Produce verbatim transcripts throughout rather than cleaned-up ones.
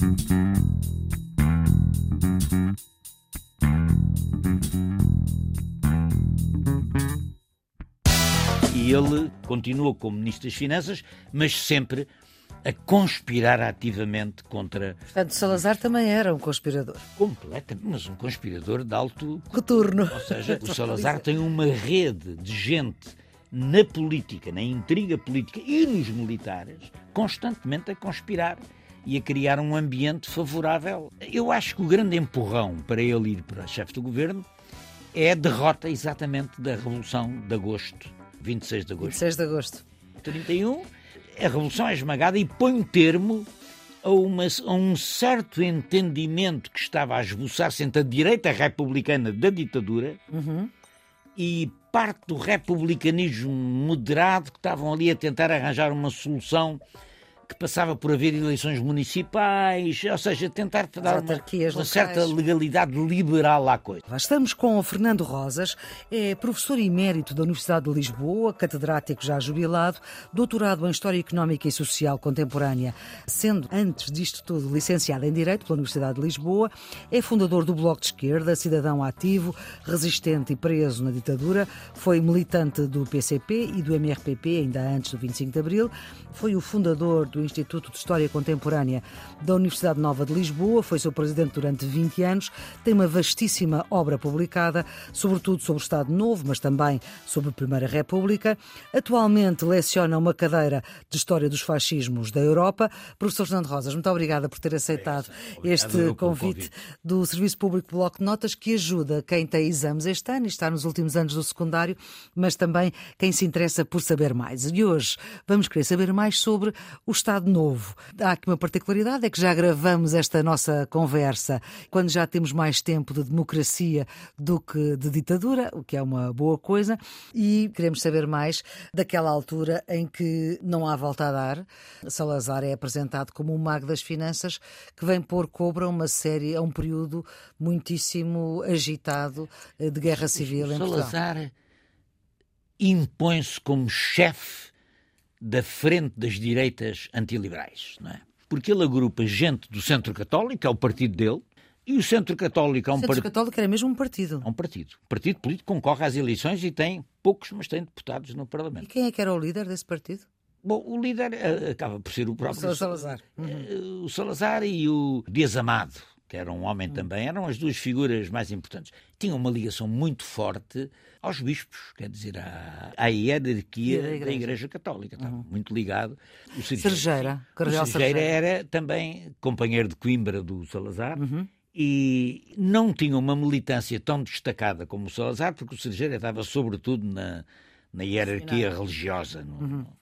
E ele continua como Ministro das Finanças, mas sempre a conspirar ativamente contra... Portanto, Salazar também era um conspirador. Completamente, mas um conspirador de alto coturno. Ou seja, o Salazar tem uma rede de gente na política, na intriga política e nos militares, constantemente a conspirar e a criar um ambiente favorável. Eu acho que o grande empurrão para ele ir para chefe do governo é a derrota exatamente da Revolução de Agosto, vinte e seis de agosto. vinte e seis de agosto. trinta e um, a Revolução é esmagada e põe um termo a, uma, a um certo entendimento que estava a esboçar-se entre a direita republicana da ditadura uhum. e parte do republicanismo moderado que estavam ali a tentar arranjar uma solução que passava por haver eleições municipais, ou seja, tentar dar uma, uma certa legalidade liberal à coisa. Estamos com o Fernando Rosas, é professor emérito da Universidade de Lisboa, catedrático já jubilado, doutorado em História Económica e Social Contemporânea, sendo, antes disto tudo, licenciado em Direito pela Universidade de Lisboa, é fundador do Bloco de Esquerda, cidadão ativo, resistente e preso na ditadura, foi militante do P C P e do M R P P, ainda antes do vinte e cinco de Abril, foi o fundador do Instituto de História Contemporânea da Universidade Nova de Lisboa, foi seu presidente durante vinte anos, tem uma vastíssima obra publicada, sobretudo sobre o Estado Novo, mas também sobre a Primeira República. Atualmente leciona uma cadeira de História dos Fascismos da Europa. Professor Fernando Rosas, muito obrigada por ter aceitado é este convite, convite do Serviço Público Bloco de Notas, que ajuda quem tem exames este ano e está nos últimos anos do secundário, mas também quem se interessa por saber mais. E hoje vamos querer saber mais sobre o Estado Novo. Há aqui uma particularidade, é que já gravamos esta nossa conversa quando já temos mais tempo de democracia do que de ditadura, o que é uma boa coisa, e queremos saber mais daquela altura em que não há volta a dar. Salazar é apresentado como um mago das finanças que vem pôr cobra a uma série, a um período muitíssimo agitado de guerra civil em Portugal. Salazar impõe-se como chefe da frente das direitas antiliberais, não é? Porque ele agrupa gente do Centro Católico, que é o partido dele, e o Centro Católico é um partido... O Centro part... Católico era mesmo um partido? É um partido. O partido político concorre às eleições e tem poucos, mas tem deputados no Parlamento. E quem é que era o líder desse partido? Bom, o líder uh, acaba por ser o próprio... O Salazar. Uhum. Uh, o Salazar e o Dias Amado, que era um homem uhum. também, eram as duas figuras mais importantes. Tinham uma ligação muito forte aos bispos, quer dizer, à, à hierarquia da Igreja, da igreja Católica. Estava uhum. muito ligado. O Cerejeira. O Cerejeira era também companheiro de Coimbra do Salazar uhum. e não tinha uma militância tão destacada como o Salazar, porque o Cerejeira estava sobretudo na, na hierarquia Final. religiosa. No, uhum. uh,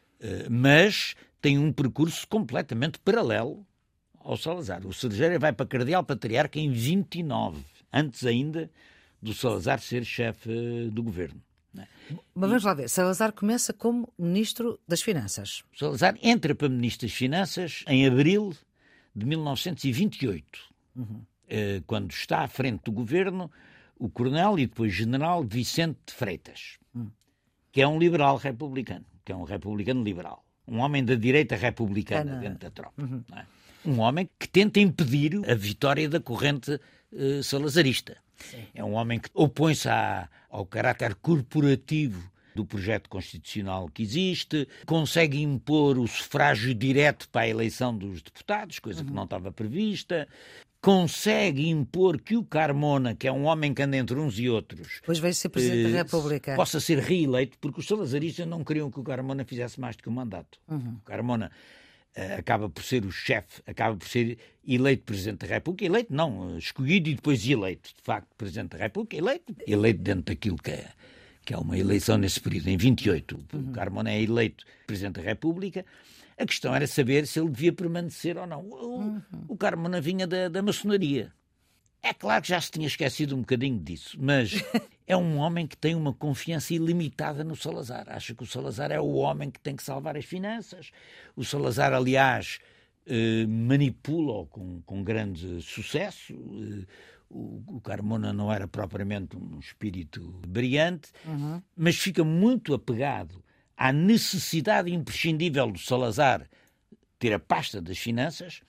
mas tem um percurso completamente paralelo ao Salazar. O Cerejeira vai para Cardeal Patriarca em vinte e nove, antes ainda do Salazar ser chefe do governo. Mas vamos lá ver, Salazar começa como Ministro das Finanças. Salazar entra para Ministro das Finanças em abril de mil novecentos e vinte e oito, uhum. quando está à frente do governo o coronel e depois general Vicente de Freitas, uhum. que é um liberal republicano, que é um republicano liberal, um homem da direita republicana Cana. dentro da tropa. Uhum. Não é? Um homem que tenta impedir a vitória da corrente uh, salazarista. Sim. É um homem que opõe-se à, ao caráter corporativo do projeto constitucional que existe, consegue impor o sufrágio direto para a eleição dos deputados, coisa uhum. que não estava prevista, consegue impor que o Carmona, que é um homem que anda entre uns e outros... Depois veio ser Presidente eh, da República. ...possa ser reeleito, porque os salazaristas não queriam que o Carmona fizesse mais do que um mandato. Uhum. O Carmona... acaba por ser o chefe, acaba por ser eleito Presidente da República, eleito não, escolhido e depois eleito, de facto, Presidente da República, eleito, eleito dentro daquilo que é, que é uma eleição nesse período, em vinte e oito, uhum. o Carmona é eleito Presidente da República. A questão era saber se ele devia permanecer ou não. O, uhum. o Carmona vinha da, da maçonaria. É claro que já se tinha esquecido um bocadinho disso, mas é um homem que tem uma confiança ilimitada no Salazar. Acha que o Salazar é o homem que tem que salvar as finanças. O Salazar, aliás, eh, manipula-o com, com grande sucesso. Eh, o, o Carmona não era propriamente um espírito brilhante, uhum. mas fica muito apegado à necessidade imprescindível do Salazar ter a pasta das finanças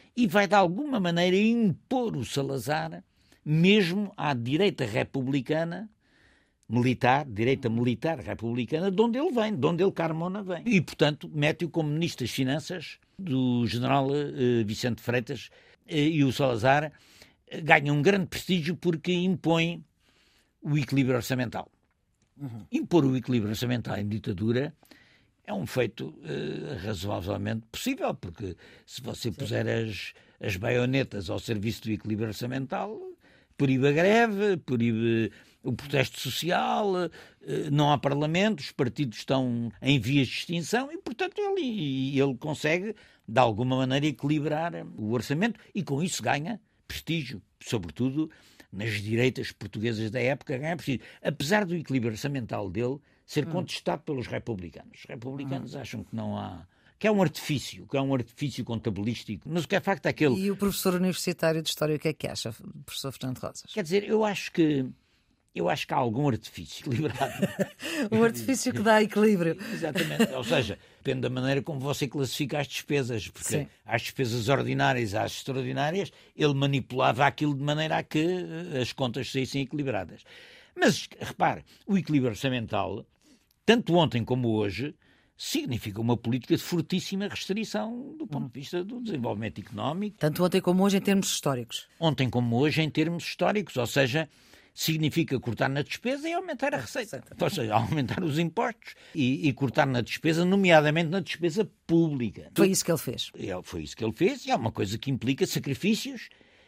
e vai de alguma maneira impor o Salazar mesmo à direita republicana, militar, direita militar republicana, de onde ele vem, de onde ele Carmona vem. E, portanto, mete-o como ministro das Finanças do general uh, Vicente Freitas, uh, e o Salazar uh, ganha um grande prestígio porque impõe o equilíbrio orçamental. Uhum. Impor o equilíbrio orçamental em ditadura é um feito uh, razoavelmente possível, porque se você puser as, as baionetas ao serviço do equilíbrio orçamental, proíbe a greve, proíbe o protesto social, uh, não há parlamento, os partidos estão em vias de extinção e, portanto, ele, ele consegue, de alguma maneira, equilibrar o orçamento e, com isso, ganha prestígio, sobretudo nas direitas portuguesas da época, ganha prestígio. Apesar do equilíbrio orçamental dele ser hum. contestado pelos republicanos. Os republicanos hum. acham que não há... que é um artifício, que é um artifício contabilístico, mas o que é facto é aquele... E o professor universitário de História, o que é que acha, professor Fernando Rosas? Quer dizer, eu acho que eu acho que há algum artifício equilibrado. Um artifício que dá equilíbrio. Exatamente, ou seja, depende da maneira como você classifica as despesas, porque Sim. há as despesas ordinárias e às extraordinárias, ele manipulava aquilo de maneira a que as contas saíssem equilibradas. Mas, repare, o equilíbrio orçamental, tanto ontem como hoje, significa uma política de fortíssima restrição do ponto de vista do desenvolvimento económico. Tanto ontem como hoje em termos históricos. Ontem como hoje em termos históricos, ou seja, significa cortar na despesa e aumentar a receita. Ou seja, aumentar os impostos e, e cortar na despesa, nomeadamente na despesa pública. Foi isso que ele fez. É, foi isso que ele fez e é uma coisa que implica sacrifícios.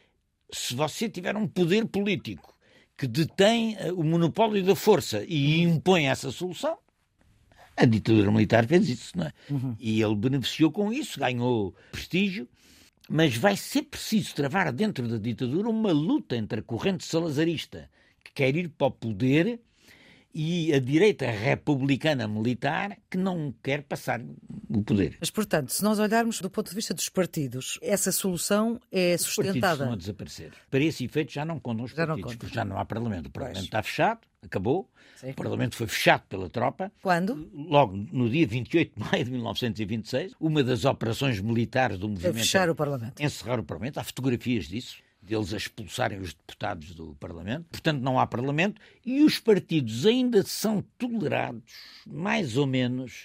Se você tiver um poder político que detém o monopólio da força e impõe essa solução, a ditadura militar fez isso, não é? Uhum. E ele beneficiou com isso, ganhou prestígio, mas vai ser preciso travar dentro da ditadura uma luta entre a corrente salazarista, que quer ir para o poder, e a direita republicana militar, que não quer passar o poder. Mas, portanto, se nós olharmos do ponto de vista dos partidos, essa solução é sustentada? Os partidos estão a desaparecer. Para esse efeito já não contam os já partidos, porque já não há Parlamento. O Parlamento pois. está fechado, acabou. Sim. O Parlamento foi fechado pela tropa. Quando? Logo no dia vinte e oito de maio de mil novecentos e vinte e seis, uma das operações militares do movimento... É fechar o Parlamento. Encerrar o Parlamento. Há fotografias disso, deles a expulsarem os deputados do Parlamento. Portanto, não há Parlamento e os partidos ainda são tolerados, mais ou menos,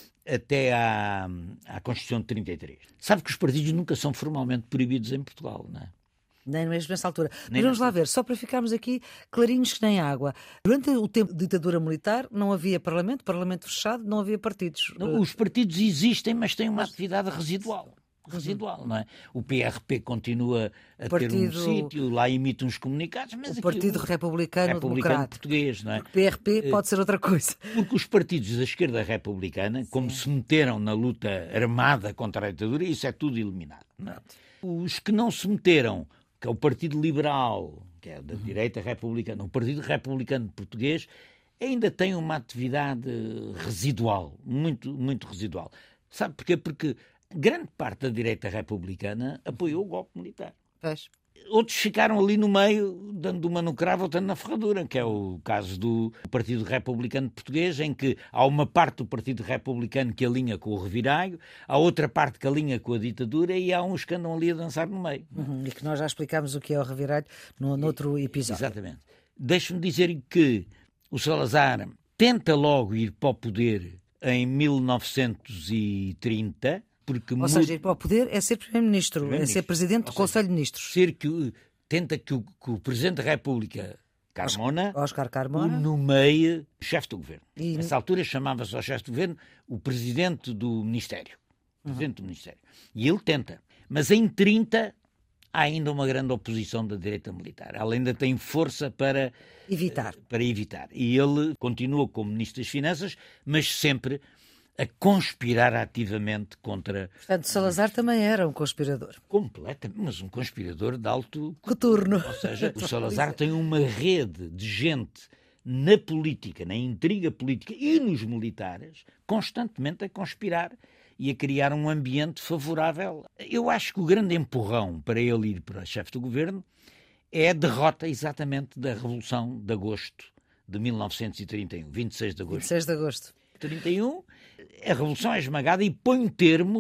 até à, à Constituição de trinta e três. Sabe que os partidos nunca são formalmente proibidos em Portugal, não é? Nem mesmo nessa altura. Nem Mas vamos lá ver, só para ficarmos aqui clarinhos que nem água. Durante o tempo de ditadura militar não havia Parlamento, Parlamento fechado, não havia partidos. Não, os partidos existem, mas têm uma atividade residual. Residual, não é? O P R P continua a partido, ter um sítio, lá emite uns comunicados, mas o Partido aqui, Republicano, Republicano Português, não é? O P R P pode ser outra coisa. Porque os partidos da esquerda republicana, como Sim. se meteram na luta armada contra a ditadura, isso é tudo eliminado. Não é? Os que não se meteram, que é o Partido Liberal, que é da uhum. direita republicana, o Partido Republicano Português, ainda tem uma atividade residual, muito, muito residual. Sabe porquê? Porque grande parte da direita republicana apoiou o golpe militar. Pois. Outros ficaram ali no meio, dando uma no cravo, dando na ferradura, que é o caso do Partido Republicano Português, em que há uma parte do Partido Republicano que alinha com o reviraio, há outra parte que alinha com a ditadura e há uns que andam ali a dançar no meio. Uhum, e que nós já explicámos o que é o reviraio no, no outro episódio. Exatamente. Deixe-me dizer que o Salazar tenta logo ir para o poder em mil novecentos e trinta... Porque Ou muda... seja, ir para o poder é ser Primeiro-Ministro, Primeiro é ser Presidente do Conselho de Ministros. Ser que, tenta que o, que o Presidente da República, Carmona, Oscar Carmona, o nomeie chefe do Governo. E... Nessa altura chamava-se ao chefe do Governo o Presidente do Ministério. Presidente uhum. do Ministério. E ele tenta. Mas em trinta há ainda uma grande oposição da direita militar. Ela ainda tem força para evitar. Para evitar. E ele continua como Ministro das Finanças, mas sempre a conspirar ativamente contra... Portanto, Salazar também era um conspirador. Completamente, mas um conspirador de alto coturno. Ou seja, o Salazar tem uma rede de gente na política, na intriga política e nos militares, constantemente a conspirar e a criar um ambiente favorável. Eu acho que o grande empurrão para ele ir para chefe do governo é a derrota exatamente da Revolução de Agosto de mil novecentos e trinta e um, vinte e seis de agosto. vinte e seis de agosto. trinta e um, a Revolução é esmagada e põe um termo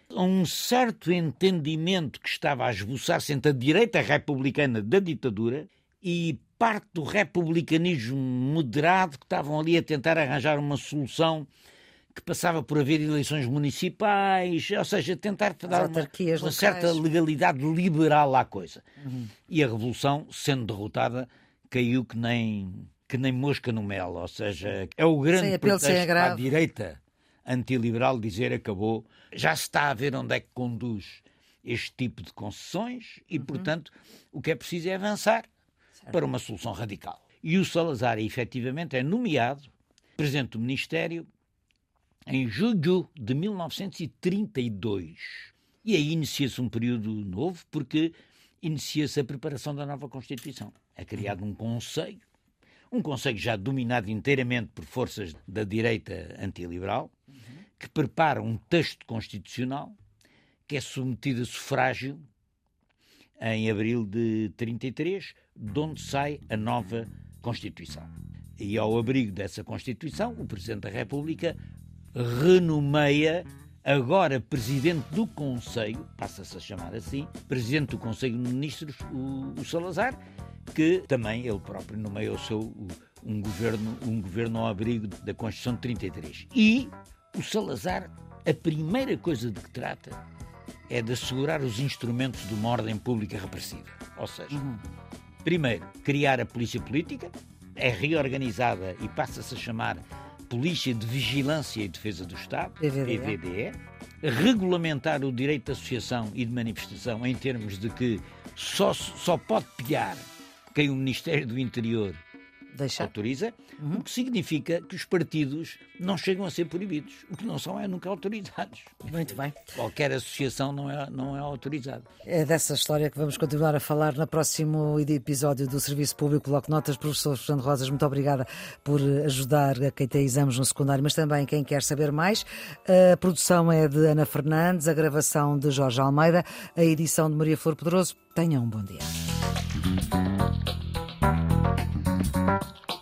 um certo entendimento que estava a esboçar-se entre a direita republicana da ditadura e parte do republicanismo moderado que estavam ali a tentar arranjar uma solução que passava por haver eleições municipais, ou seja, tentar dar uma, uma certa legalidade liberal à coisa. Uhum. E a Revolução, sendo derrotada, caiu que nem, que nem mosca no mel, ou seja, é o grande pretexto para a direita antiliberal dizer acabou. Já se está a ver onde é que conduz este tipo de concessões e, uhum. portanto, o que é preciso é avançar certo. Para uma solução radical. E o Salazar, efetivamente, é nomeado presidente do Ministério em julho de mil novecentos e trinta e dois. E aí inicia-se um período novo, porque inicia-se a preparação da nova Constituição. É criado um conselho, um conselho já dominado inteiramente por forças da direita antiliberal, uhum. que prepara um texto constitucional que é submetido a sufrágio em abril de trinta e três, de onde sai a nova Constituição. E ao abrigo dessa Constituição, o Presidente da República renomeia agora Presidente do Conselho, passa-se a chamar assim, Presidente do Conselho de Ministros, o, o Salazar, que também ele próprio nomeia o seu, um, governo, um governo ao abrigo da Constituição de trinta e três. E o Salazar, a primeira coisa de que trata é de assegurar os instrumentos de uma ordem pública repressiva. Ou seja, uhum. primeiro, criar a polícia política, é reorganizada e passa-se a chamar Polícia de Vigilância e Defesa do Estado, P V D E, regulamentar o direito de associação e de manifestação em termos de que só, só pode pilhar quem o Ministério do Interior Deixa. autoriza, uhum. o que significa que os partidos não chegam a ser proibidos. O que não são é nunca autorizados. Muito bem. Qualquer associação não é, não é autorizada. É dessa história que vamos continuar a falar no próximo episódio do Serviço Público Bloco de Notas. Professor Fernando Rosas, muito obrigada por ajudar a quem tem exames no secundário, mas também quem quer saber mais. A produção é de Ana Fernandes, a gravação de Jorge Almeida, a edição de Maria Flor Poderoso. Tenham um bom dia.